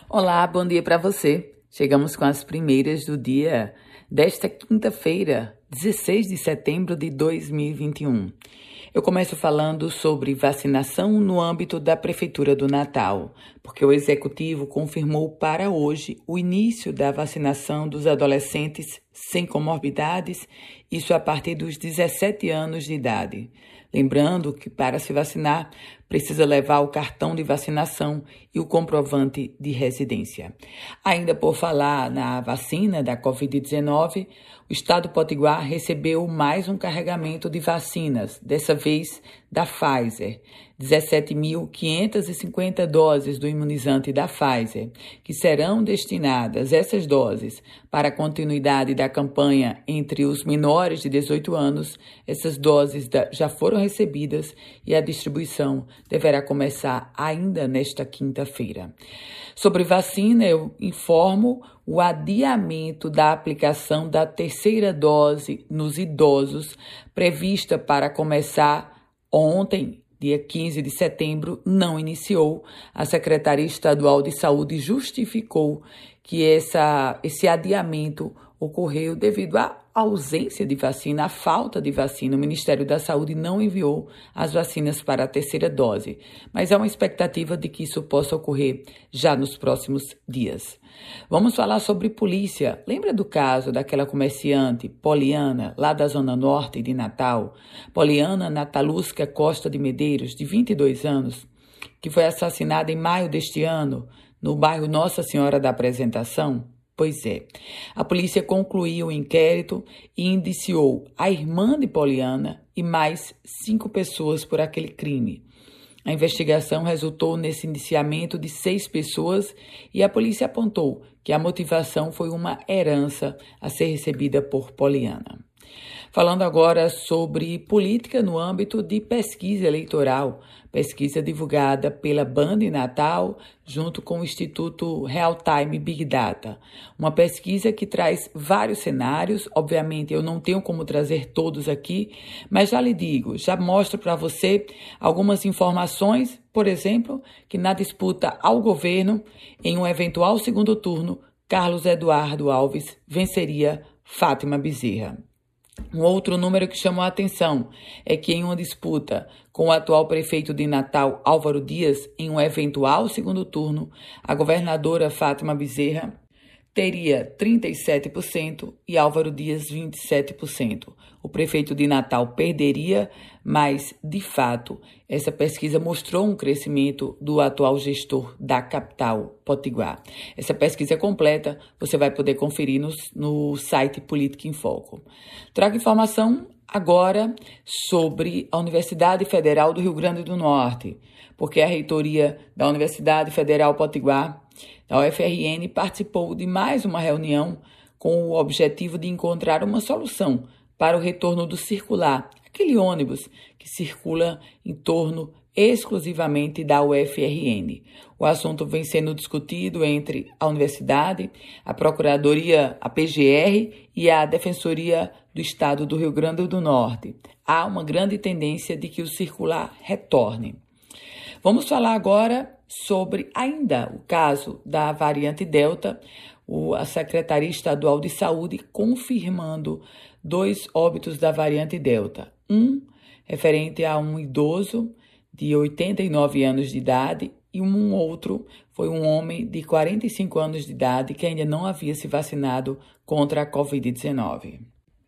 Olá, bom dia para você. Chegamos com as primeiras do dia desta quinta-feira, 16 de setembro de 2021. Eu começo falando sobre vacinação no âmbito da Prefeitura do Natal, porque o Executivo confirmou para hoje o início da vacinação dos adolescentes sem comorbidades, isso a partir dos 17 anos de idade. Lembrando que para se vacinar, precisa levar o cartão de vacinação e o comprovante de residência. Ainda por falar na vacina da Covid-19, o Estado Potiguar recebeu mais um carregamento de vacinas, dessa vez da Pfizer. 17.550 doses do imunizante da Pfizer, que serão destinadas essas doses para a continuidade da campanha entre os menores de 18 anos. Essas doses já foram recebidas e a distribuição deverá começar ainda nesta quinta-feira. Sobre vacina, eu informo o adiamento da aplicação da terceira dose nos idosos, prevista para começar ontem, dia 15 de setembro, não iniciou. A Secretaria Estadual de Saúde justificou que esse adiamento ocorreu devido à ausência de vacina, à falta de vacina. O Ministério da Saúde não enviou as vacinas para a terceira dose, mas há uma expectativa de que isso possa ocorrer já nos próximos dias. Vamos falar sobre polícia. Lembra do caso daquela comerciante, Poliana, lá da Zona Norte de Natal? Poliana Natalusca Costa de Medeiros, de 22 anos, que foi assassinada em maio deste ano, no bairro Nossa Senhora da Apresentação? Pois é, a polícia concluiu o inquérito e indiciou a irmã de Poliana e mais 5 pessoas por aquele crime. A investigação resultou nesse indiciamento de 6 pessoas e a polícia apontou que a motivação foi uma herança a ser recebida por Poliana. Falando agora sobre política no âmbito de pesquisa eleitoral, pesquisa divulgada pela Band Natal, junto com o Instituto Real Time Big Data. Uma pesquisa que traz vários cenários, obviamente eu não tenho como trazer todos aqui, mas já lhe digo, já mostro para você algumas informações, por exemplo, que na disputa ao governo, em um eventual segundo turno, Carlos Eduardo Alves venceria Fátima Bezerra. Um outro número que chamou a atenção é que em uma disputa com o atual prefeito de Natal, Álvaro Dias, em um eventual segundo turno, a governadora Fátima Bezerra teria 37% e Álvaro Dias 27%. O prefeito de Natal perderia, mas, de fato, essa pesquisa mostrou um crescimento do atual gestor da capital potiguar. Essa pesquisa completa você vai poder conferir no site Política em Foco. Trago informação agora sobre a Universidade Federal do Rio Grande do Norte, porque a reitoria da Universidade Federal Potiguar, da UFRN, participou de mais uma reunião com o objetivo de encontrar uma solução para o retorno do circular, aquele ônibus que circula em torno exclusivamente da UFRN. O assunto vem sendo discutido entre a universidade, a Procuradoria, a PGR e a Defensoria do Estado do Rio Grande do Norte. Há uma grande tendência de que o circular retorne. Vamos falar agora sobre ainda o caso da variante Delta, a Secretaria Estadual de Saúde confirmando 2 óbitos da variante Delta. Um referente a um idoso de 89 anos de idade e um outro foi um homem de 45 anos de idade que ainda não havia se vacinado contra a Covid-19.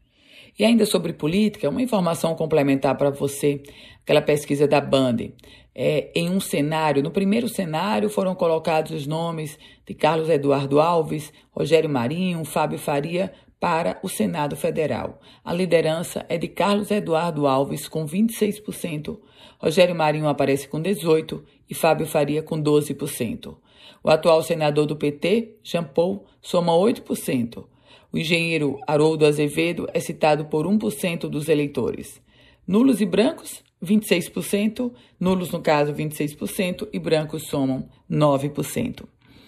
E ainda sobre política, uma informação complementar para você, aquela pesquisa da Band. Em um cenário, no primeiro cenário foram colocados os nomes de Carlos Eduardo Alves, Rogério Marinho, Fábio Faria para o Senado Federal. A liderança é de Carlos Eduardo Alves com 26%, Rogério Marinho aparece com 18% e Fábio Faria com 12%. O atual senador do PT, Jean Paul, soma 8%. O engenheiro Haroldo Azevedo é citado por 1% dos eleitores. Nulos e brancos, 26%, nulos no caso 26% e brancos somam 9%.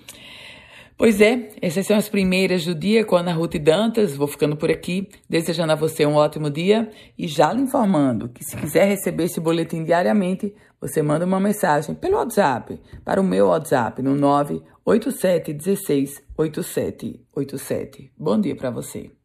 Pois é, essas são as primeiras do dia com Ana Ruth Dantas. Vou ficando por aqui, desejando a você um ótimo dia e já lhe informando que se quiser receber esse boletim diariamente, você manda uma mensagem pelo WhatsApp, para o meu WhatsApp no 8716 8787. Bom dia para você.